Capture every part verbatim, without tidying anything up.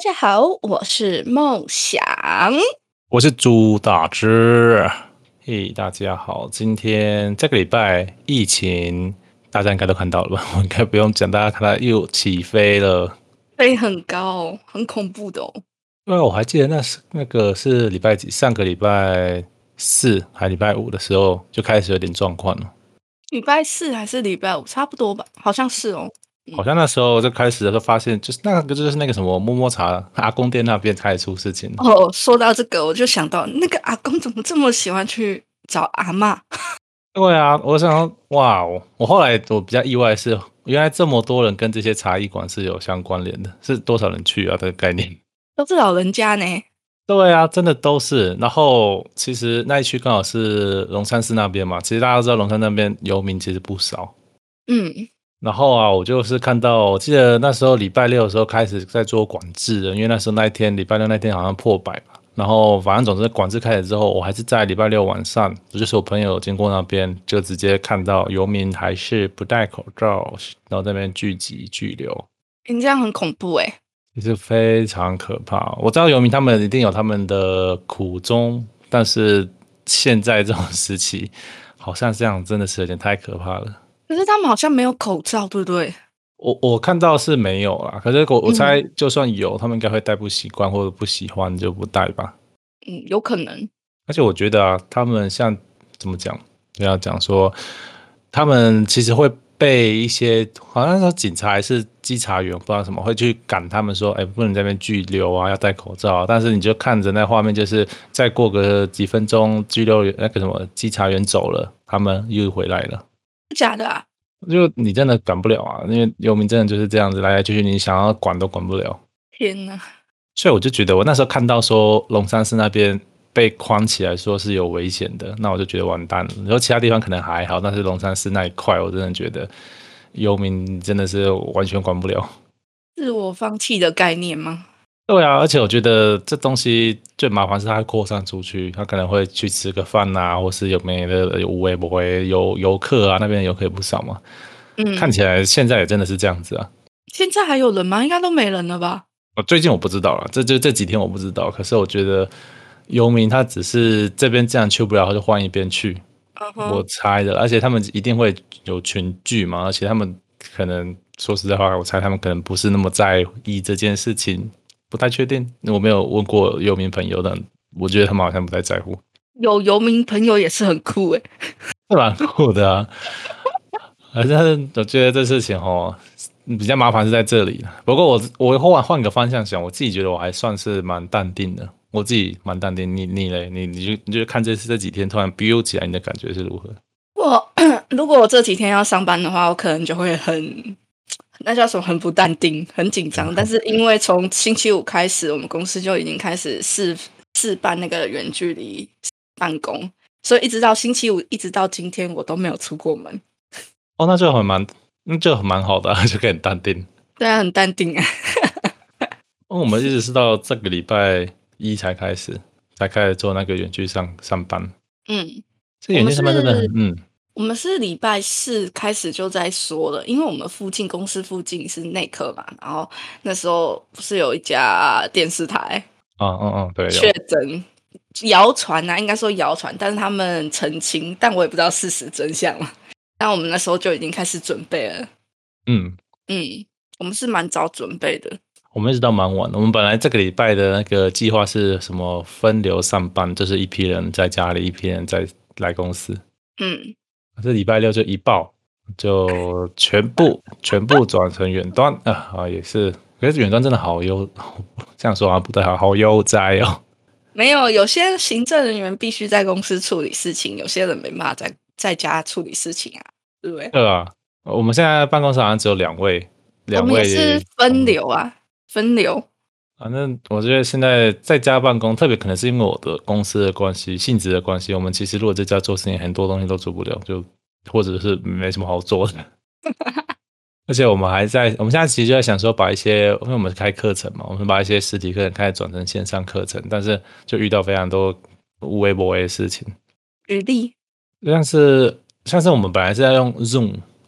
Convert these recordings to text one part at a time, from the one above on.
家好，我是梦想。 我是朱大之。嘿，大家好，今天这个礼拜疫情大家应该都看到了吧？我应该不用讲，大家看到又起飞了， 飞很高，很恐怖的哦。 因为我还记得那是那个是礼拜几，上个礼拜四还礼拜五的时候就开始有点状况了。 礼拜四还是礼拜五，差不多吧，好像是哦。 好像那时候就开始的时候发现，就是那个就是那个什么摸摸茶阿公店那边开始出事情了。 哦，说到这个，我就想到那个阿公怎么这么喜欢去找阿嬷？ 对啊，我想说哇哦，我后来我比较意外的是，原来这么多人跟这些茶艺馆是有相关联的，是多少人去啊？这个概念。 都是老人家呢。 对啊，真的都是。然后其实那一区刚好是龙山寺那边嘛，其实大家都知道龙山那边游民其实不少。 嗯， 然后啊，我就是看到，我记得那时候礼拜六的时候开始在做管制了，因为那时候那一天礼拜六那天好像破百嘛。然后反正总之管制开始之后，我还是在礼拜六晚上，就是我朋友经过那边，就直接看到游民还是不戴口罩，然后在那边聚集聚留， 你这样很恐怖哎。 其实非常可怕。我知道游民他们一定有他们的苦衷，但是现在这种时期，好像这样真的是有点太可怕了。 可是他们好像没有口罩，对不对？ 我我看到是没有啦，可是我我猜嗯就算有，他们应该会戴不习惯或者不喜欢就不戴吧。 嗯，有可能。 而且我觉得啊，他们像怎么讲，就要讲说，他们其实会被一些好像说警察还是稽查员不知道什么会去赶他们说，哎，不能在那边拘留啊，要戴口罩啊。但是你就看着那画面，就是再过个几分钟，拘留员那个什么稽查员走了，他们又回来了。 假的啊？ 就你真的管不了啊，因为游民真的就是这样子来来去去，你想要管都管不了。 天哪！ 所以我就觉得，我那时候看到说龙山寺那边被框起来，说是有危险的，那我就觉得完蛋了。然后其他地方可能还好，但是龙山寺那一块，我真的觉得游民真的是完全管不了。 自我放弃的概念吗？ 对啊，而且我觉得这东西最麻烦是它扩散出去，他可能会去吃个饭啊，或是有没的有无为不会有游客啊，那边游客也不少嘛。 嗯， 看起来现在也真的是这样子啊。 现在还有人吗？应该都没人了吧？ 哦，最近我不知道了，这就这几天我不知道。可是我觉得游民他只是这边这样去不了，他就换一边去， 嗯哼， 我猜的。而且他们一定会有群聚嘛，而且他们可能说实在话，我猜他们可能不是那么在意这件事情，不太确定。我没有问过游民朋友的，我觉得他们好像不太在乎。 有游民朋友也是很酷诶。 是蛮酷的啊。反正我觉得这事情哦，比较麻烦是在这里。不过我我后来换个方向想，我自己觉得我还算是蛮淡定的。我自己蛮淡定，你你嘞，你你就你就看这次这几天突然 build 起来，你的感觉是如何？ 我如果我这几天要上班的话，我可能就会很那叫什么很不淡定，很紧张。但是因为从星期五开始，我们公司就已经开始试试办那个远距离办公，所以一直到星期五，一直到今天，我都没有出过门。 哦，那就很蛮，那就很蛮好的、啊，就可以很淡定。 对啊，很淡定啊。 哦，我们一直是到这个礼拜一才开始，才开始做那个远距上上班。 嗯， 这远距上班真的很，嗯， 我们是礼拜四开始就在说了，因为我们附近公司附近是内科嘛，然后那时候不是有一家电视台啊嗯嗯，对，有确诊，谣传啊，应该说谣传，但是他们澄清，但我也不知道事实真相嘛。但我们那时候就已经开始准备了。 嗯， 嗯，我们是蛮早准备的。 我们一直到蛮晚的。我们本来这个礼拜的那个计划是什么分流上班，就是一批人在家里，一批人在来公司。 嗯， 这礼拜六就一报，就全部全部转成远端啊啊，也是。可是远端真的好悠，这样说啊不太好，好悠哉哦。 没有，有些行政人员必须在公司处理事情，有些人没办法在在家处理事情啊，对不对？ 对啊，我们现在办公室好像只有两位，两位我们也是分流啊，分流。 反正我觉得现在在家办公，特别可能是因为我的公司的关系、性质的关系，我们其实如果在家做事情，很多东西都做不了，就或者是没什么好做的。而且我们还在，我们现在其实就在想说，把一些，因为我们是开课程嘛，我们把一些实体课程开始转成线上课程，但是就遇到非常多无微不微的事情。 举例， 像是像是我们本来是在用 Zoom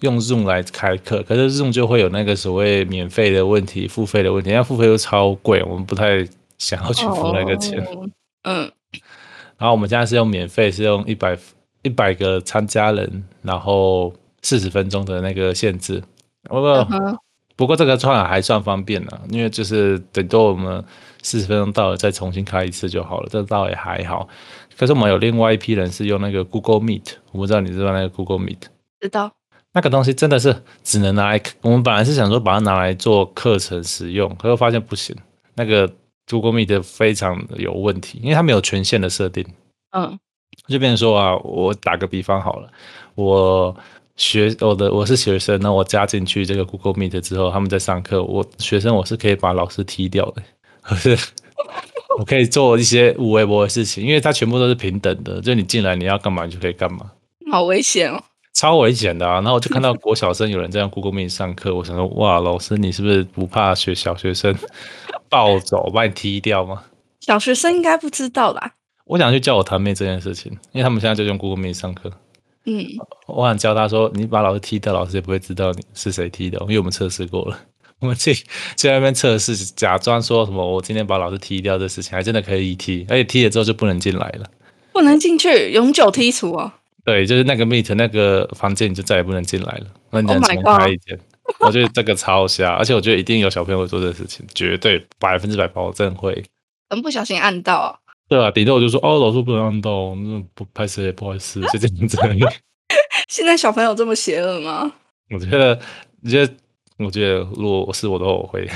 用 Zoom 来开课，可是 Zoom 就会有那个所谓免费的问题、付费的问题，那付费又超贵，我们不太想要去付那个钱。 哦，嗯， 然后我们现在是用免费，是用一百一百个参加人，然后四十分钟的那个限制。不过、 嗯哼， 不过这个算还算方便了，因为就是等到我们四十分钟到了再重新开一次就好了，这倒也还好。可是我们有另外一批人是用那个 Google Meet， 我不知道你知道那个 Google Meet。 知道。 那个东西真的是只能拿来，我们本来是想说把它拿来做课程使用，可是发现不行，那个 Google Meet 非常有问题，因为它没有权限的设定。 嗯， 就变成说啊，我打个比方好了，我学我的我是学生，那我加进去这个 Google Meet 之后，他们在上课，我学生我是可以把老师踢掉的，可是我可以做一些无微博的事情，因为它全部都是平等的，就你进来你要干嘛你就可以干嘛。 好危险哦。 超危险的啊！然后我就看到国小生有人在用 Google Meet 上课，我想说，哇，老师你是不是不怕学小学生暴走把你踢掉吗？ 小学生应该不知道啦。 我想去教我堂妹这件事情，因为他们现在就用 Google Meet 上课。 嗯， 我想教他说，你把老师踢掉，老师也不会知道你是谁踢的，因为我们测试过了。我们自己在那边测试，假装说什么我今天把老师踢掉这事情，还真的可以踢，而且踢了之后就不能进来了， 不能进去，永久剔除哦。 对，就是那个 Meet 那个房间，你就再也不能进来了，那你只能 Oh my 重开一间。我觉得这个超瞎，而且我觉得一定有小朋友会做这个事情，绝对百分之百保证会。 很不小心按到啊。 对啊，顶多我就说哦，老师不能按到，那不拍谁不好意思，就这样子而已。 现在小朋友这么邪恶吗我觉得，我觉得，我觉得，如果是我的话，我会，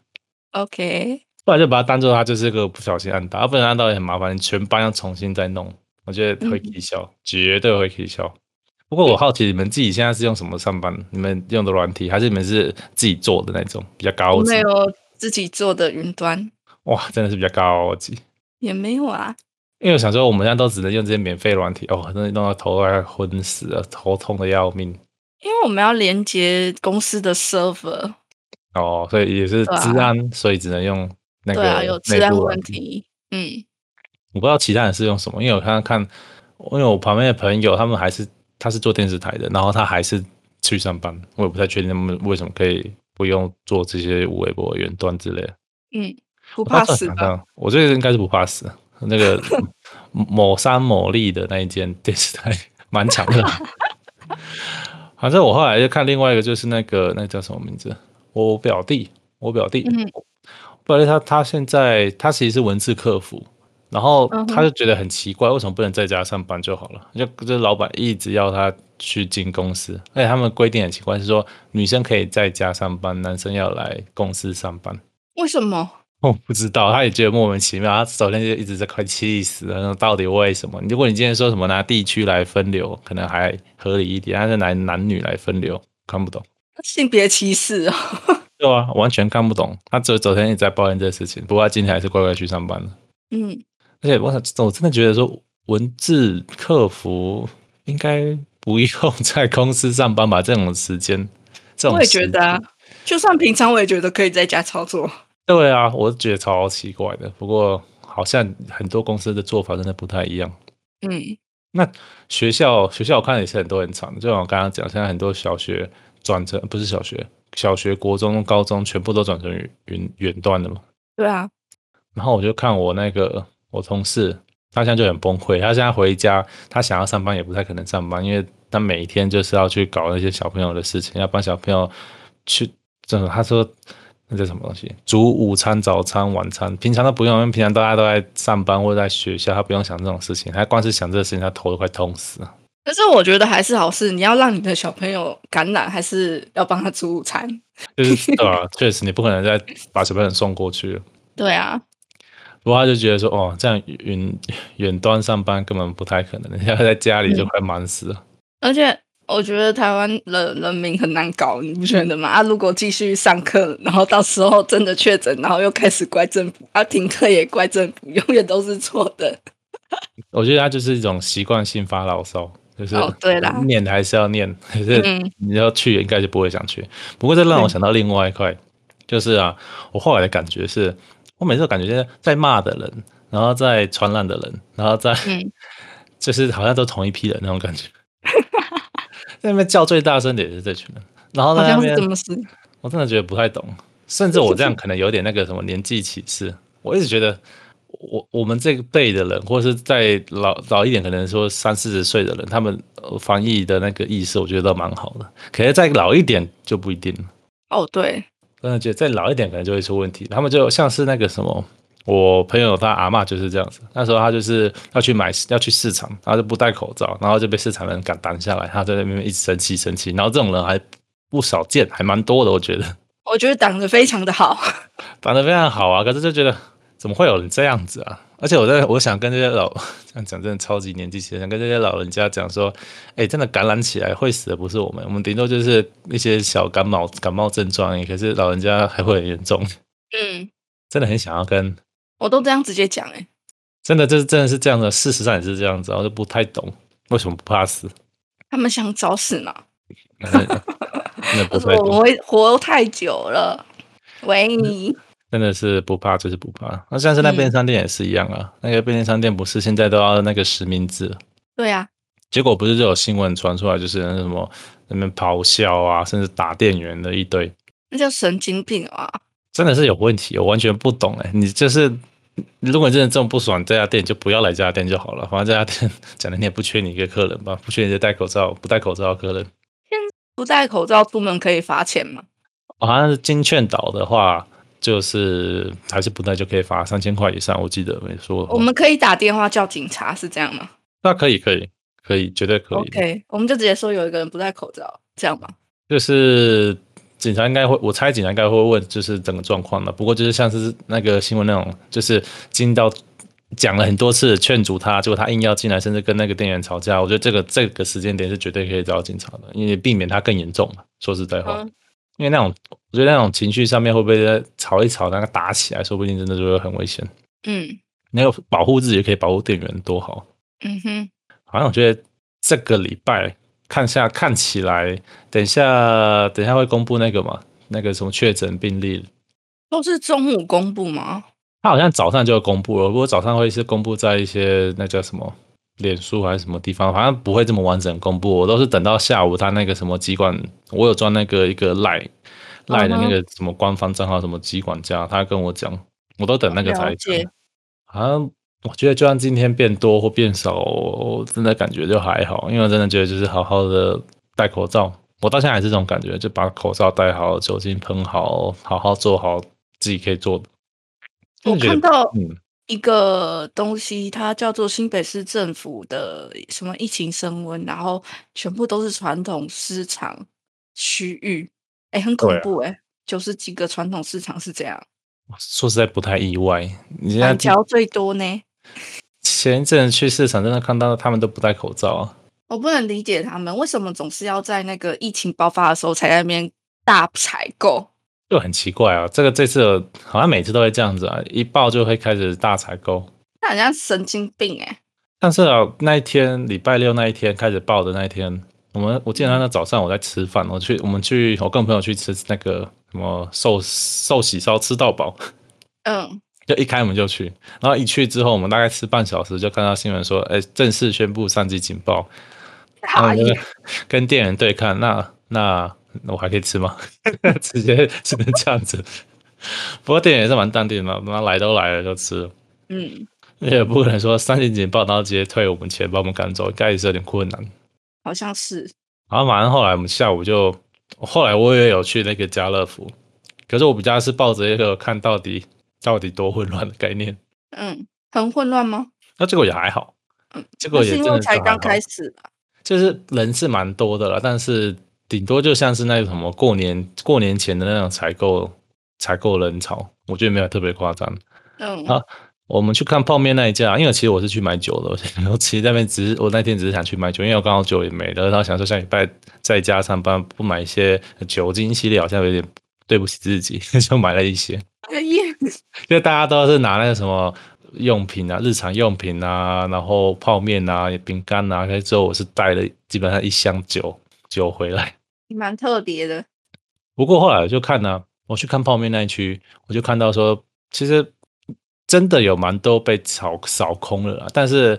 ？OK， 不然就把它当做他就是个不小心按到，啊，不然按到也很麻烦，你全班要重新再弄，我觉得会起笑，绝对会起笑。不过我好奇你们自己现在是用什么上班？你们用的软体，还是你们是自己做的那种比较高级？ 我没有自己做的云端， 哇，真的是比较高级。 也没有啊。 因为我想说，我们现在都只能用这些免费软体，哦，真的弄到头快昏死了，头痛的要命。 因为我们要连接公司的 server， 哦，所以也是对啊治安，所以只能用那个对啊，有治内安问部软体。 题。嗯， 我不知道其他人是用什么，因为我看看，因为我旁边的朋友他们还是他是做电视台的，然后他还是去上班，我也不太确定他们为什么可以不用做这些微博远端之类的。 嗯，不我怕死吧？ 吧？我觉得应该是不怕死。那个某山某利的那一间电视台蛮强的。反正我后来就看另外一个，就是那个那个叫什么名字？我表弟，我表弟， 嗯我表弟他他现在他其实是文字客服，然后嗯哼他就觉得很奇怪，为什么不能在家上班就好了？就就是老板一直要他去进公司，而且他们规定很奇怪，是说女生可以在家上班，男生要来公司上班。 为什么？ 我不知道，他也觉得莫名其妙，他昨天就一直在快气死了，到底为什么？如果你今天说什么拿地区来分流，可能还合理一点，但是拿男女来分流，看不懂。 性别歧视哦。 对啊，完全看不懂。他昨昨天一直在抱怨这个事情，不过他今天还是乖乖去上班了。 嗯， 而且我我真的觉得说，文字客服应该不用在公司上班吧？这种时间，这种我也觉得啊，就算平常我也觉得可以在家操作。 对啊，我觉得超奇怪的。不过好像很多公司的做法真的不太一样。 嗯， 那学校学校我看也是很多很长的，就像我刚刚讲，现在很多小学转成不是小学，小学、国中、高中全部都转成远远端的嘛。 对啊， 然后我就看我那个我同事，他现在就很崩溃，他现在回家，他想要上班也不太可能上班，因为他每一天就是要去搞那些小朋友的事情，要帮小朋友去，这种他说那叫什么东西，煮午餐、早餐、晚餐，平常都不用，因为平常大家都在上班或者在学校，他不用想这种事情，他光是想这个事情，他头都快痛死了。 可是我觉得还是好事，你要让你的小朋友感染，还是要帮他煮午餐。 就是对啊，确实你不可能再把小朋友送过去了。 对啊， 不过他就觉得说，哦，这样远远端上班根本不太可能，人家在家里就快忙死了。 而且我觉得台湾的人民很难搞，你不觉得吗？啊，如果继续上课，然后到时候真的确诊，然后又开始怪政府，啊，停课也怪政府，永远都是错的。 我觉得他就是一种习惯性发牢骚，就是哦对啦念还是要念，可是嗯你要去应该就不会想去。不过这让我想到另外一块，就是啊，我后来的感觉是，我每次都感觉就是在骂的人，然后在传染的人，然后在、 嗯就是好像都同一批人那种感觉。 那边叫最大声的也是这群人，然后好像是在那边这么是。 我真的觉得不太懂，甚至我这样可能有点那个什么年纪歧视。我一直觉得我我们这个辈的人，或是再老老一点，可能说三四十岁的人，他们防疫的那个意识，我觉得都蛮好的。可是再老一点就不一定了。 哦，对， 真的觉得再老一点可能就会出问题。他们就像是那个什么，我朋友他阿嬷就是这样子。那时候他就是要去买要去市场，然后就不戴口罩，然后就被市场人赶挡下来。他在那边一直生气生气，然后这种人还不少见，还蛮多的，我觉得。 我觉得挡得非常的好。 挡得非常好啊，可是就觉得怎么会有人这样子啊？而且我在我想跟这些老这样讲，真的超级年纪轻，想跟这些老人家讲说，哎、欸，真的感染起来会死的不是我们，我们顶多就是一些小感冒感冒症状而已，可是老人家还会很严重。 嗯， 真的很想要跟， 我都这样直接讲哎、欸， 真的这真的是这样的，事实上也是这样子，我就不太懂为什么不怕死。 他们想找死嘛？ 真的不太懂， 我会活太久了。喂你， 真的是不怕就是不怕。那像是那便利商店也是一样啊，嗯、那个便利商店不是现在都要那个实名制了？ 对啊， 结果不是就有新闻传出来，就是那什么那边咆哮啊，甚至打店员的一堆， 那叫神经病啊！ 真的是有问题，我完全不懂哎、欸。你就是如果你真的这么不爽这家店，就不要来这家店就好了。反正这家店讲的你也不缺你一个客人吧，不缺你这戴口罩不戴口罩的客人。 不戴口罩出门可以罚钱吗？ 好像是金券岛的话，就是还是不戴就可以罚三千块以上，我记得没说。 我们可以打电话叫警察，是这样吗？ 那可以，可以，可以，绝对可以。 OK， 我们就直接说有一个人不戴口罩，这样吗？ 就是警察应该会，我猜警察应该会问，就是整个状况的。不过就是像是那个新闻那种，就是进到讲了很多次劝阻他，结果他硬要进来，甚至跟那个店员吵架。我觉得这个这个时间点是绝对可以找警察的，因为避免他更严重嘛。说实在话。嗯，因为那种，我觉得那种情绪上面会不会吵一吵，那个打起来，说不定真的就会很危险。嗯，那个保护自己也可以保护店员，多好。嗯哼，好像我觉得这个礼拜看下看起来，等一下等一下会公布那个嘛，那个什么确诊病例， 都是中午公布吗？ 他好像早上就会公布了，不过早上会是公布在一些那叫什么脸书还是什么地方，好像不会这么完整公布。我都是等到下午他那个什么机关，我有装那个一个 Line Line 的那个什么官方账号，什么机管家，他跟我讲，我都等那个才看。好像我觉得就算今天变多或变少，我真的感觉就还好，因为我真的觉得就是好好的戴口罩，我到现在还是这种感觉，就把口罩戴好，酒精喷好，好好做好自己可以做的。 我看到一个东西，它叫做新北市政府的什么疫情升温，然后全部都是传统市场区域，哎、欸，很恐怖哎、欸，九十、啊、几个传统市场是这样。 说实在不太意外，你板桥最多呢。 前一阵去市场真的看到他们都不戴口罩啊， 我不能理解他们为什么总是要在那个疫情爆发的时候才在那边大采购。 就很奇怪啊，这个这次好像每次都会这样子啊，一爆就会开始大采购， 那好像神经病哎、欸。 但是啊，那一天礼拜六那一天开始爆的那一天，我们我记得那早上我在吃饭，我去我们去我跟朋友去吃那个什么寿寿喜烧，吃到饱，嗯，就一开门就去，然后一去之后，我们大概吃半小时就看到新闻说，哎、欸，正式宣布三级警报， 好耶， 跟店员对看，那那。那我还可以吃吗？直接只能这样子。不过店员也是蛮淡定的，那来都来了就吃了。嗯，也不可能说三级警报然后直接退我们钱把我们赶走，应该也是有点困难。 好像是。 然后马上后来我们下午就，后来我也有去那个家乐福，可是我比较是抱着一个看到底到底多混乱的概念。 嗯，很混乱吗？ 那结果也还好。嗯，结果也真的是还好， 是因为才刚开始吧。 就是人是蛮多的啦，但是。顶多就像是那个什么过年过年前的那种采购采购人潮，我觉得没有特别夸张。嗯，好，我们去看泡面那一家，因为其实我是去买酒的，我其实那边只是我那天只是想去买酒，因为我刚好酒也没了，然后想说下礼拜在家上班不买一些酒精系列好像有点对不起自己，就买了一些。因为大家都是拿那个什么用品啊，日常用品啊，然后泡面啊、饼干啊，可是之后我是带了基本上一箱酒。酒回来， 蛮特别的。 不过后来我就看呢、啊，我去看泡面那一区，我就看到说，其实真的有蛮多被扫扫空了啦。但是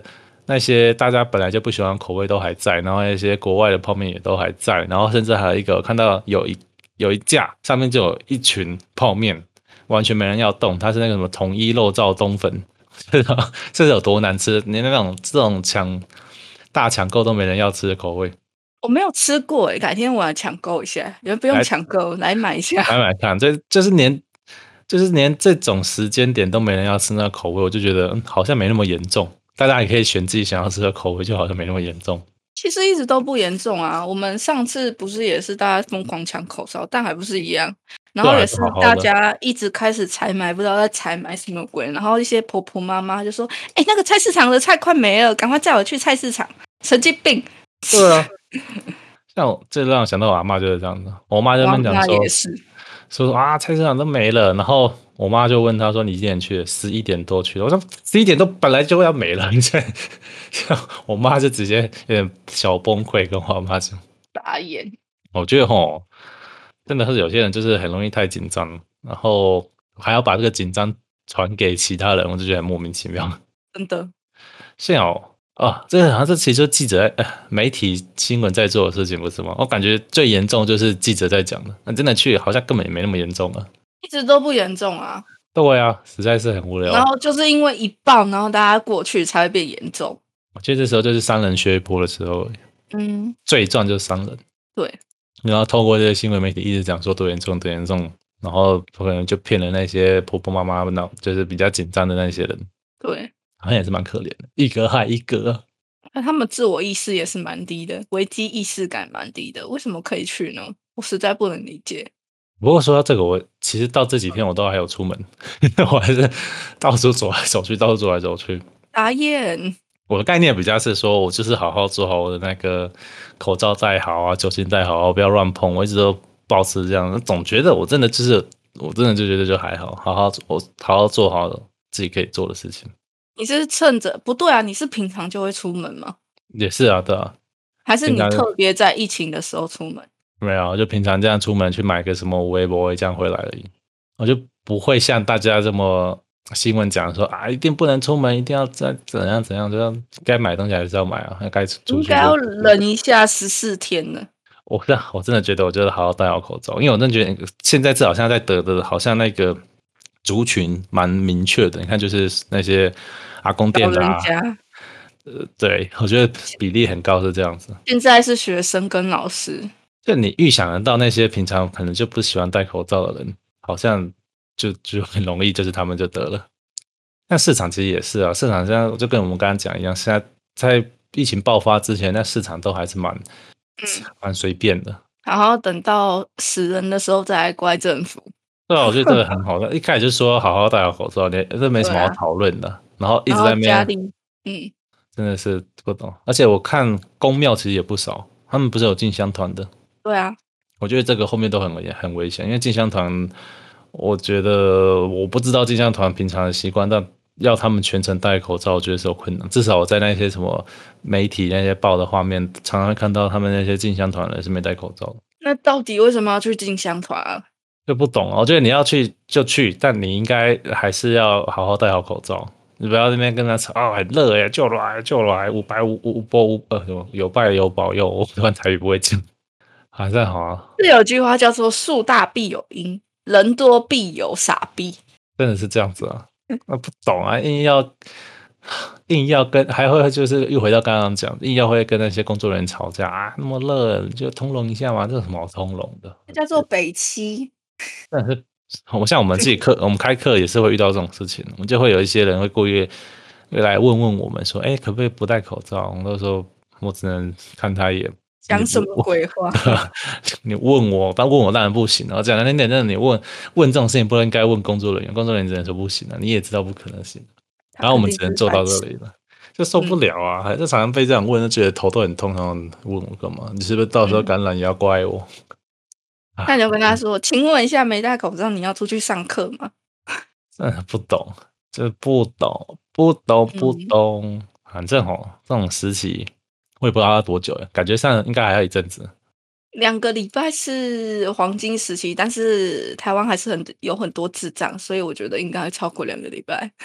那些大家本来就不喜欢的口味都还在，然后那些国外的泡面也都还在，然后甚至还有一个看到有一有一架上面就有一群泡面，完全没人要动，它是那个什么统一肉燥冬粉，这种这是有多难吃？连那种这种抢大抢购都没人要吃的口味。 我没有吃过诶，改天我来抢购一下，也不用抢购，来买一下。 买买看，这就是连就是连这种时间点都没人要吃那个口味，我就觉得、嗯、好像没那么严重。大家也可以选自己想要吃的口味，就好像没那么严重。 其实一直都不严重啊，我们上次不是也是大家疯狂抢口罩，但还不是一样。然后也是大家一直开始采买，不知道在采买什么鬼。然后一些婆婆妈妈就说：“哎、欸，那个菜市场的菜快没了，赶快载我去菜市场。”神经病。 对啊，像我这让我想到我阿嬷就是这样子，我妈就跟讲说， 也是说啊菜市场都没了，然后我妈就问她说：“你几点去？十一点多去了。”我说：“十一点多本来就要没了。”你这，我妈就直接有点小崩溃，跟我妈讲。 打眼。 我觉得吼，真的是有些人就是很容易太紧张，然后还要把这个紧张传给其他人，我就觉得很莫名其妙。 真的。 幸好啊，这个好像这其实就是记者、呃、媒体新闻在做的事情，不是吗？我感觉最严重就是记者在讲的，那真的去好像根本也没那么严重啊， 一直都不严重啊。 对啊，实在是很无聊。 然后就是因为一爆，然后大家过去才会变严重。 我觉得这时候就是商人削坡的时候， 嗯， 最赚就是商人。 对。 然后透过这些新闻媒体一直讲说多严重多严重，然后可能就骗了那些婆婆妈妈，就是比较紧张的那些人。 对， 好像也是蛮可怜的，一个害一个。 那他们自我意识也是蛮低的，危机意识感蛮低的，为什么可以去呢？我实在不能理解。 不过说到这个，我其实到这几天我都还有出门，我还是到处走来走去，到处走来走去。 打眼。 我的概念比较是说，我就是好好做好我的那个口罩戴好啊，酒精戴好啊，不要乱碰。我一直都保持这样，总觉得我真的就是，我真的就觉得就还好，好好我好好做好自己可以做的事情。 你是趁着不对啊？你是平常就会出门吗？ 也是啊，对啊。 还是你特别在疫情的时候出门？ 没有，就平常这样出门去买个什么微博这样回来而已。我就不会像大家这么新闻讲说啊，一定不能出门，一定要怎怎样怎样，就要该买东西还是要买啊，该出去应该要忍一下十四天呢。 我真我真的觉得，我就是好好戴好口罩，因为我真的觉得现在这好像在得的，好像那个族群蛮明确的。你看，就是那些阿公店的啊，呃，对，我觉得比例很高是这样子。 现在是学生跟老师， 就你预想得到那些平常可能就不喜欢戴口罩的人，好像就就很容易就是他们就得了。那市场其实也是啊，市场现在就跟我们刚刚讲一样，现在在疫情爆发之前，那市场都还是蛮蛮随便的。 然后等到死人的时候再来怪政府。 对啊，我觉得这个很好的。一开始就说好好戴好口罩，这没什么好讨论的。然后一直在那边， 嗯， 真的是不懂。而且我看公庙其实也不少，他们不是有进香团的。 对啊， 我觉得这个后面都很危很危险，因为进香团，我觉得我不知道进香团平常的习惯，但要他们全程戴口罩，我觉得是有困难。至少我在那些什么媒体那些报的画面，常常会看到他们那些进香团人是没戴口罩的。 那到底为什么要去进香团啊？ 就不懂啊！我觉得你要去就去，但你应该还是要好好戴好口罩。你不要那边跟他吵啊，很热耶，就来就来，五百五五波五呃什么有拜有保佑，我突然台语不会讲，还算好啊。 是有句话叫做“树大必有阴，人多必有傻逼”， 真的是这样子啊？那不懂啊，硬要硬要跟，还会就是又回到刚刚讲，硬要会跟那些工作人员吵架啊，那么热就通融一下嘛，这有什么好通融的？ 这叫做北七。 但是，我像我们自己课，我们开课也是会遇到这种事情，我们就会有一些人会故意来问问我们说，哎、欸，可不可以不戴口罩？我们都说，我只能看他一眼。 讲什么鬼话？ 你问我，但问我当然不行。然后讲难听点，真的你问问这种事情，不应该问工作人员，工作人员只能说不行啊，你也知道不可能行。然后我们只能做到这里了，就受不了啊！还、嗯、是常常被这样问，就觉得头都很痛。然后问我干嘛？你是不是到时候感染也要怪我？ 嗯、那你就跟他说，请问一下，没戴口罩你要出去上课吗？ 真的不懂，就是不懂，不懂，不懂。嗯、反正哦，这种时期我也不知道要多久，感觉上应该还要一阵子。 两个礼拜是黄金时期，但是台湾还是很有很多智障，所以我觉得应该超过两个礼拜。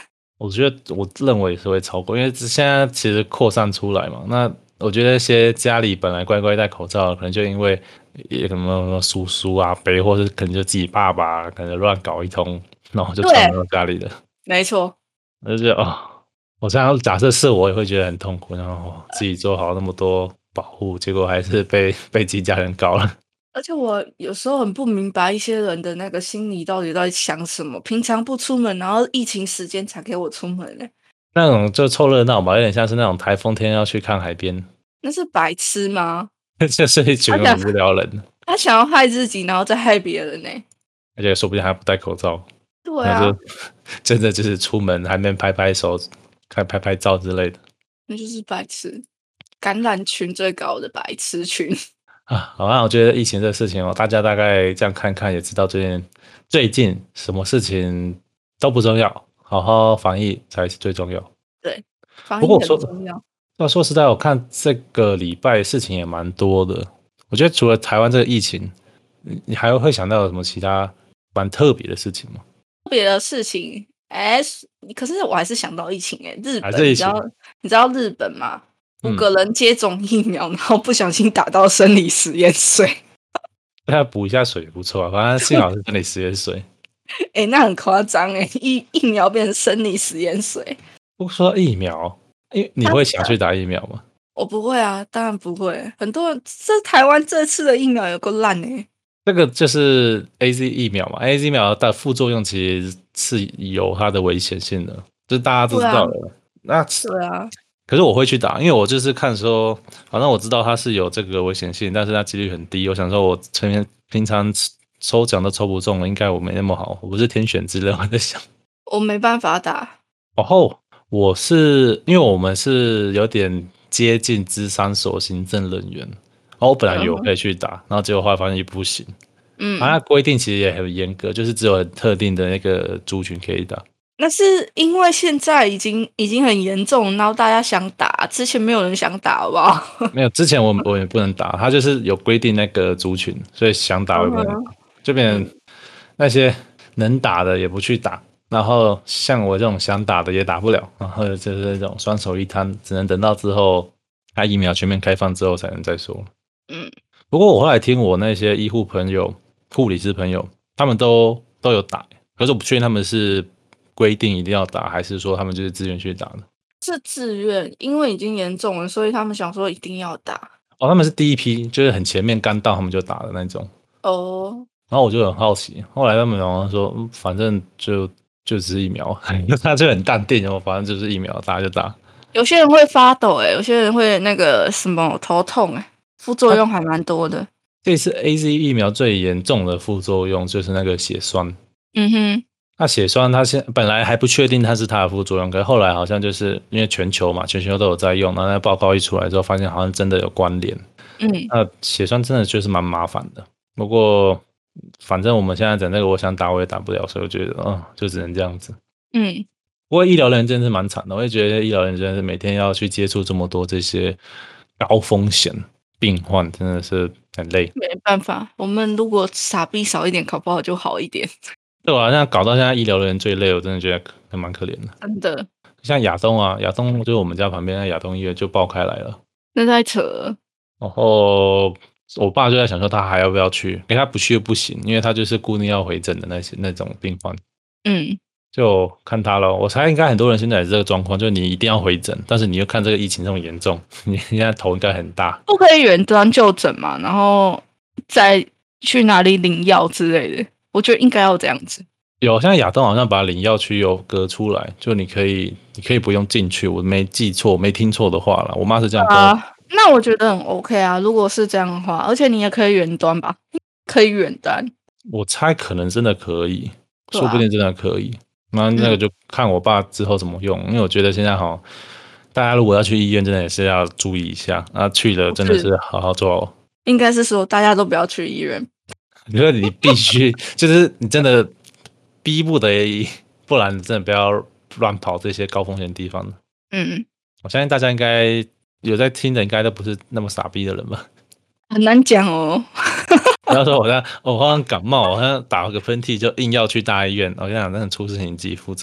我觉得我认为也是会超过，因为现在其实扩散出来嘛。那我觉得一些家里本来乖乖戴口罩，可能就因为也什么叔叔啊、伯，或是可能就自己爸爸可能乱搞一通，然后就传到家里了。 没错， 我就觉得哦，我这样假设是我也会觉得很痛苦，然后、哦、自己做好那么多保护，结果还是被被自己家人搞了。 而且我有时候很不明白一些人的那个心理到底在想什么，平常不出门，然后疫情时间才给我出门呢、欸。 那种就凑热闹吧，有点像是那种台风天要去看海边， 那是白痴吗？ 就是一群无聊人。 他想要害自己，然后再害别人呢、欸。 而且说不定还不戴口罩。 对啊， 就真的就是出门还没拍拍手、看拍拍照之类的。 那就是白痴，感染群最高的白痴群。 啊，好像我觉得疫情这个事情哦，大家大概这样看看也知道，最近最近什么事情都不重要，好好防疫才是最重要。 对，防疫很不过说重要。 要说实在，我看这个礼拜事情也蛮多的。我觉得除了台湾这个疫情，你还会想到有什么其他蛮特别的事情吗？ 特别的事情，哎、欸，可是我还是想到疫情哎、欸，日本， 你知道你知道日本吗？五嗯、 个人接种疫苗，然后不小心打到生理食盐水。 大家补一下水也不错啊，反正幸好是生理食盐水。 哎、欸，那很夸张哎，疫疫苗变成生理食盐水。 不说疫苗，因为你会想去打疫苗吗？ 我不会啊，当然不会。很多人这台湾这次的疫苗有够烂哎。 这个就是 A Z 疫苗嘛 ，A Z 疫苗的副作用其实是有它的危险性的，这大家都知道的。 啊那对啊， 可是我会去打，因为我就是看说，反正我知道它是有这个危险性，但是它几率很低。我想说，我平平常抽奖都抽不中了，应该我没那么好，我不是天选之人。我在想， 我没办法打。 然后我是因为我们是有点接近咨商所行政人员。然后我本来以为我可以去打，然后结果后来发现也不行。嗯，它规定其实也很严格，就是只有很特定的那个族群可以打。 那是因为现在已经已经很严重，然后大家想打，之前没有人想打，好不好？ 没有，之前我我也不能打，它就是有规定那个族群，所以想打也不能打，就变成那些能打的也不去打，然后像我这种想打的也打不了，然后就是这种双手一摊，只能等到之后它疫苗全面开放之后才能再说。嗯，不过我后来听我那些医护朋友、护理师朋友，他们都都有打，可是我不确定他们是规定一定要打，还是说他们就是自愿去打的。 是自愿，因为已经严重了，所以他们想说一定要打。 哦，他们是第一批，就是很前面刚到他们就打的那种。 哦， 然后我就很好奇，后来他们好像说，嗯、反正就就只是疫苗，他就很淡定，然后反正就是疫苗，打就打。 有些人会发抖、欸，有些人会那个什么头痛、欸，哎，副作用还蛮多的。 这次 A Z 疫苗最严重的副作用就是那个血栓。 嗯哼， 那血栓它现本来还不确定它是它的副作用，可是后来好像就是因为全球嘛，全球都有在用，然后那报告一出来之后，发现好像真的有关联。嗯，那血栓真的就是蛮麻烦的。不过反正我们现在整那个，我想打我也打不了，所以我觉得，嗯，就只能这样子。嗯。不过医疗人员真的是蛮惨的，我也觉得医疗人员真的是每天要去接触这么多这些高风险病患，真的是很累。 没办法，我们如果傻逼少一点，搞不好就好一点。 对啊，那搞到现在医疗人员最累，我真的觉得还蛮可怜的。 真的， 像亚东啊，亚东就是我们家旁边的亚东医院就爆开来了， 那太扯。 然后我爸就在想说他还要不要去，因为他不去又不行，因为他就是固定要回诊的那些那种病患。嗯。就看他咯，我猜应该很多人现在也是这个状况，就是你一定要回诊，但是你又看这个疫情这么严重，你现在头应该很大。 不可以远端就诊嘛，然后再去哪里领药之类的，我觉得应该要这样子。 有，现在亚东好像把领药区有隔出来，就你可以，你可以不用进去。我没记错，没听错的话啦，我妈是这样跟我。 啊，那我觉得很 OK 啊，如果是这样的话，而且你也可以远端吧，可以远端。 我猜可能真的可以，啊、说不定真的可以。那那个就看我爸之后怎么用，嗯、因为我觉得现在哈，大家如果要去医院，真的也是要注意一下。那去了真的是好好做哦。 应该是说大家都不要去医院。 因为你必须，就是你真的逼不得已，不然你真的不要乱跑这些高风险地方。嗯，我相信大家应该有在听的，应该都不是那么傻逼的人吧？ 很难讲哦。 不要说我像我好像感冒，我好像打个喷嚏就硬要去大医院，我跟你讲，真的出事情你自己负责。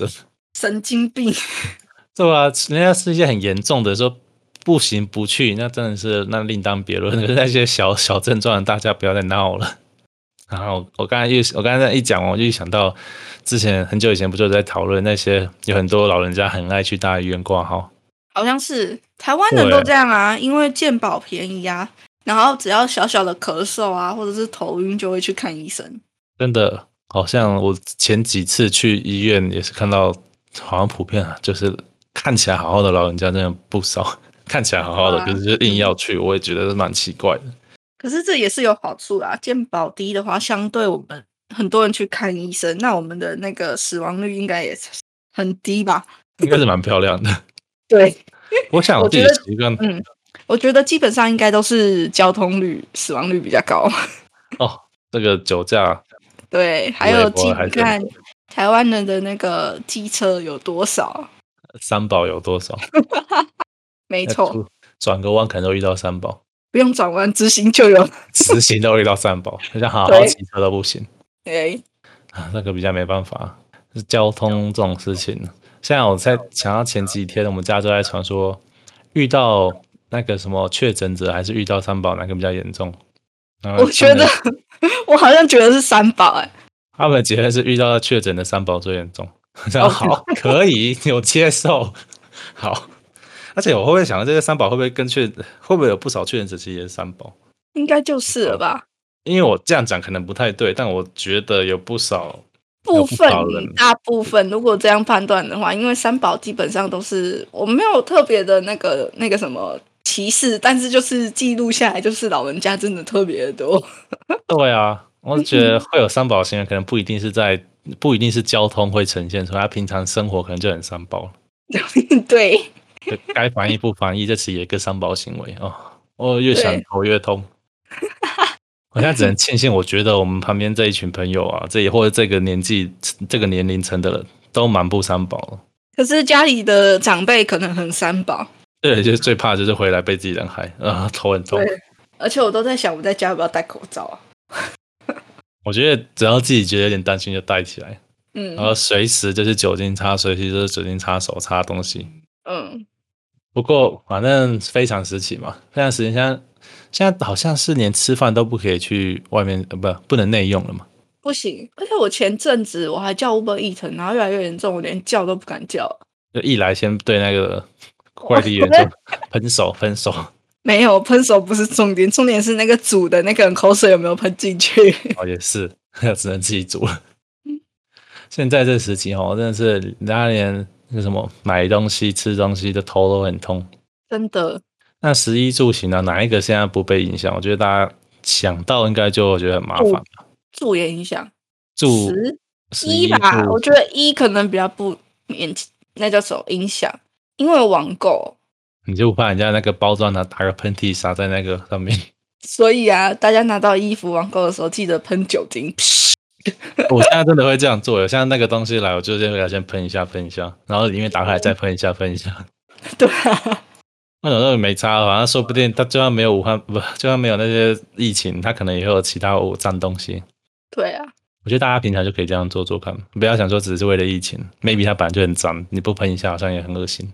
神经病。 对啊，人家是一些很严重的说不行不去，那真的是那另当别论。可是那些小小症状，大家不要再闹了。然后我刚才又我刚才一讲完，我就想到之前很久以前不就在讨论那些有很多老人家很爱去大医院挂号， 好像是台湾人都这样啊，因为健保便宜啊，然后只要小小的咳嗽啊，或者是头晕就会去看医生。 真的，好像我前几次去医院也是看到，好像普遍啊，就是看起来好好的老人家真的不少，看起来好好的， 啊可是就硬要去，我也觉得是蛮奇怪的。 可是这也是有好处啦，健保低的话，相对我们很多人去看医生，那我们的那个死亡率应该也很低吧？ 应该是蛮漂亮的。 对， 我想我自己习惯， 嗯，我觉得基本上应该都是交通率、死亡率比较高。 哦，这个酒驾， 对，还有我还你看台湾人的那个机车有多少？ 三宝有多少？ 没错， 转个弯可能都遇到三宝。 不用转弯，直行就有， 直行都遇到三宝，好像好好骑车都不行。 对， 啊，那个比较没办法，是交通这种事情。现在我在想到前几天我们家就在传说，遇到那个什么确诊者，还是遇到三宝哪个比较严重？ 我觉得我好像觉得是三宝哎、欸， 他们结论是遇到确诊的三宝最严重。这样好，可以有接受，好。而且我会不会想，这个三宝会不会跟确会不会有不少确诊者其实也是三宝？ 应该就是了吧。 因为我这样讲可能不太对，但我觉得有不少部分大部分，如果这样判断的话，因为三宝基本上都是我没有特别的那个那个什么歧视，但是就是记录下来，就是老人家真的特别的多。 对啊，我觉得会有三宝行为，可能不一定是在不一定是交通会呈现出来，他平常生活可能就很三宝了。 对。 该防疫不防疫，这是一个三宝行为哦。我越想头越痛。我现在只能庆幸，我觉得我们旁边这一群朋友啊，这也或者这个年纪、这个年龄层的人都蛮不三宝了。 可是家里的长辈可能很三宝。 对，就是最怕就是回来被自己人害啊，头很痛。 对，而且我都在想，我在家要不要戴口罩啊？ 我觉得只要自己觉得有点担心，就戴起来。嗯，然后随时就是酒精擦，随时就是酒精擦手、擦东西。嗯。不过反正非常时期嘛，非常时期现在现在好像是连吃饭都不可以去外面，呃，不不能内用了嘛。 不行，而且我前阵子我还叫 Uber Eats， 然后越来越严重，我连叫都不敢叫。 就一来先对那个快递员就喷手喷手。 没有喷手不是重点，重点是那个煮的那个人口水有没有喷进去。 哦，也是，只能自己煮了。现在这时期哦，真的是人家连那个什么买东西、吃东西的头都很痛，真的。 那食衣住行啊，哪一个现在不被影响？我觉得大家想到应该就觉得很麻烦。 住也影响， 住衣吧，我觉得衣可能比较不免，那叫什么影响？因为网购， 你就不怕人家那个包装呢打个喷嚏洒在那个上面？ 所以啊，大家拿到衣服网购的时候，记得喷酒精。 我现在真的会这样做，像那个东西来，我就先回来先喷一下，喷一下，然后里面打开来再喷一下，喷一下。 对啊， 那种都没差，反正说不定他就算没有武汉，不，就算没有那些疫情，他可能也会有其他脏东西。 对啊， 我觉得大家平常就可以这样做做看，不要想说只是为了疫情 ，maybe 它本来就很脏，你不喷一下好像也很恶心。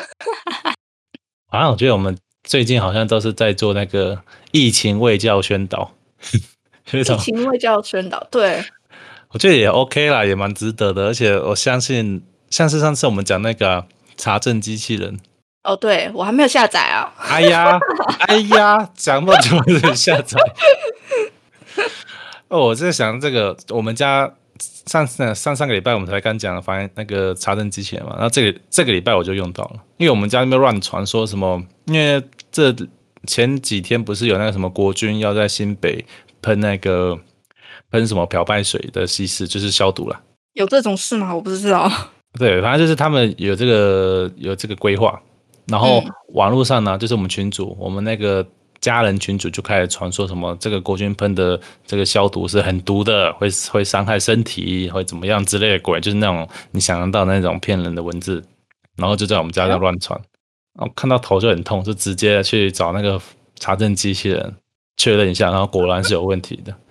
好像我觉得我们最近好像都是在做那个疫情卫教宣导。 疫情卫教宣导，对， 我觉得也 OK 啦，也蛮值得的，而且我相信，像是上次我们讲那个、啊、查证机器人， 哦，对我还没有下载啊。 哎呀，哎呀，讲那么久没下载。哦，我在想这个，我们家上上上个礼拜我们才刚讲发现那个查证机器人嘛，然后这个这个礼拜我就用到了，因为我们家那边乱传说什么，因为这前几天不是有那个什么国军要在新北喷那个喷什么漂白水的稀释，就是消毒啦。 有这种事吗？我不知道。 对，反正就是他们有这个有这个规划，然后网络上呢，就是我们群组，我们那个家人群组就开始传说什么这个国军喷的这个消毒是很毒的，会会伤害身体，会怎么样之类的鬼，就是那种你想得到那种骗人的文字，然后就在我们家在乱传，然后看到头就很痛，就直接去找那个查证机器人确认一下，然后果然是有问题的。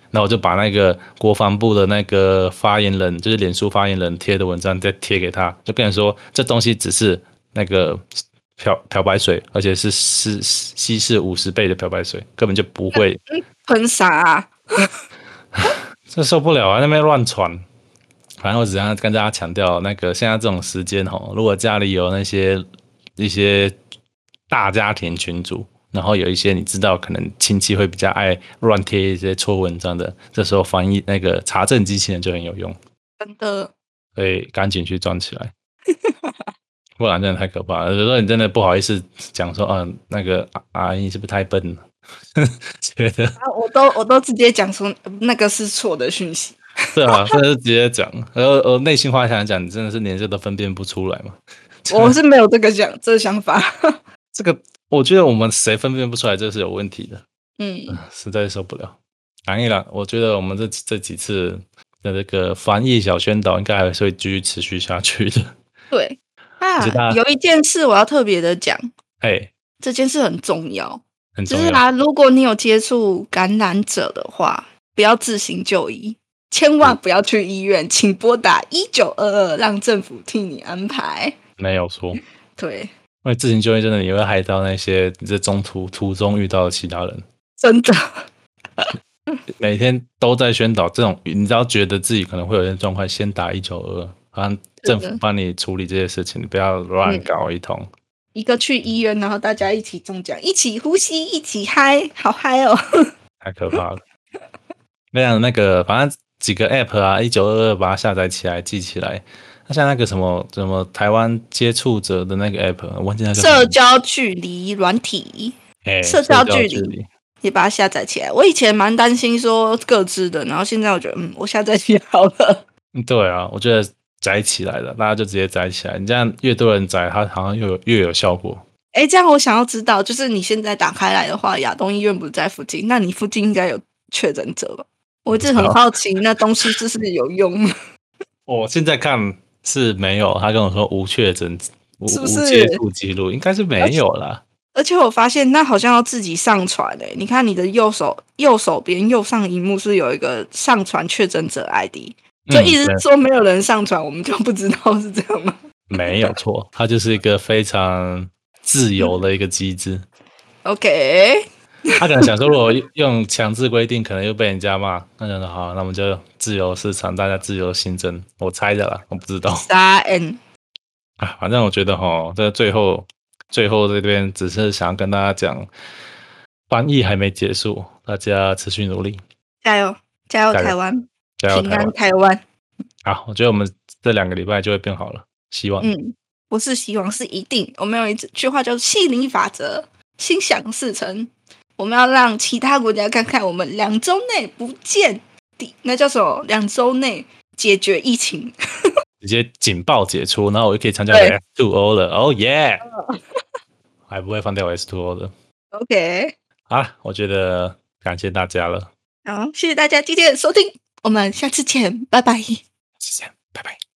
然后我就把那个国防部的那个发言人，就是脸书发言人贴的文章再贴给他，就跟人说这东西只是那个漂漂白水，而且是是稀释五十倍的漂白水，根本就不会喷洒、啊， 这受不了啊！那边乱传。反正我只想跟大家强调，那个现在这种时间哦，如果家里有那些一些大家庭群组，然后有一些你知道可能亲戚会比较爱乱贴一些错文章的，这时候翻译那个查证机器人就很有用， 真的， 所以赶紧去装起来，不然真的太可怕了。有时候你真的不好意思讲说，啊，那个阿姨是不是太笨了？觉得、 啊、我都我都直接讲说那个是错的讯息。 对啊，真的是直接讲，然后我内心话想讲，你真的是连这都分辨不出来嘛？ 我是没有这个想这个想法。 这个我觉得我们谁分辨不出来，这是有问题的。 嗯， 实在受不了。安逸了，我觉得我们这这几次的这个防疫小宣导，应该还是会继续持续下去的。 对啊，有一件事我要特别的讲， 哎， 这件事很重要， 很重要。 就是啊，如果你有接触感染者的话，不要自行就医。千万不要去医院，请拨打一九二二，让政府替你安排。 没有错， 对， 因为自行就医真的你会害到那些你在中途途中遇到的其他人， 真的， 每天都在宣导这种，你只要觉得自己可能会有些状况，先打一九二二，让政府帮你处理这些事情，你不要乱搞一通、嗯。 一个去医院，然后大家一起中奖，一起呼吸，一起嗨，好嗨哦！ 太可怕了。那样那个，反正几个 app 啊，一九二二把它下载起来，记起来。那像那个什么什么台湾接触者的那个 app， 我忘记那个社交距离软体， 欸、 社交距离也把它下载起来。我以前蛮担心说各自的，然后现在我觉得，嗯，我下载起来好了。 对啊，我觉得载起来了，大家就直接载起来。你这样越多人载，它好像越有越有效果。 哎，这样我想要知道，就是你现在打开来的话，亚东医院不是在附近，那你附近应该有确诊者吧？我一直很好奇，那东西是不是有用？ 我现在看是没有，他跟我说无确诊，无是不是无接触记录，应该是没有啦。 而且我发现那好像要自己上传诶、欸，你看你的右手右手边右上荧幕是有一个上传确诊者 I D， 就意思是说没有人上传，我们就不知道是这样吗？ 没有错，它就是一个非常自由的一个机制。 OK。 他可能想说，如果用强制规定，可能又被人家骂。那就好，那我们就自由市场，大家自由新增。我猜的啦，我不知道。 三 N 啊，反正我觉得哈，这最后最后这边只是想要跟大家讲，防疫还没结束，大家持续努力， 加油，加油台湾， 加油平安台湾。 好，我觉得我们这两个礼拜就会变好了，希望。 嗯，不是希望，是一定。我们有一句话叫吸引力法则，心想事成。我们要让其他国家看看，我们两周内不见底，那叫什么？两周内解决疫情， 直接警报解除，然后我就可以参加 S 二 O 了。哦耶！还不会放掉 S 二 O 的。 OK， 好，我觉得感谢大家了。 好，谢谢大家今天的收听，我们下次见，拜拜。 下次见，拜拜。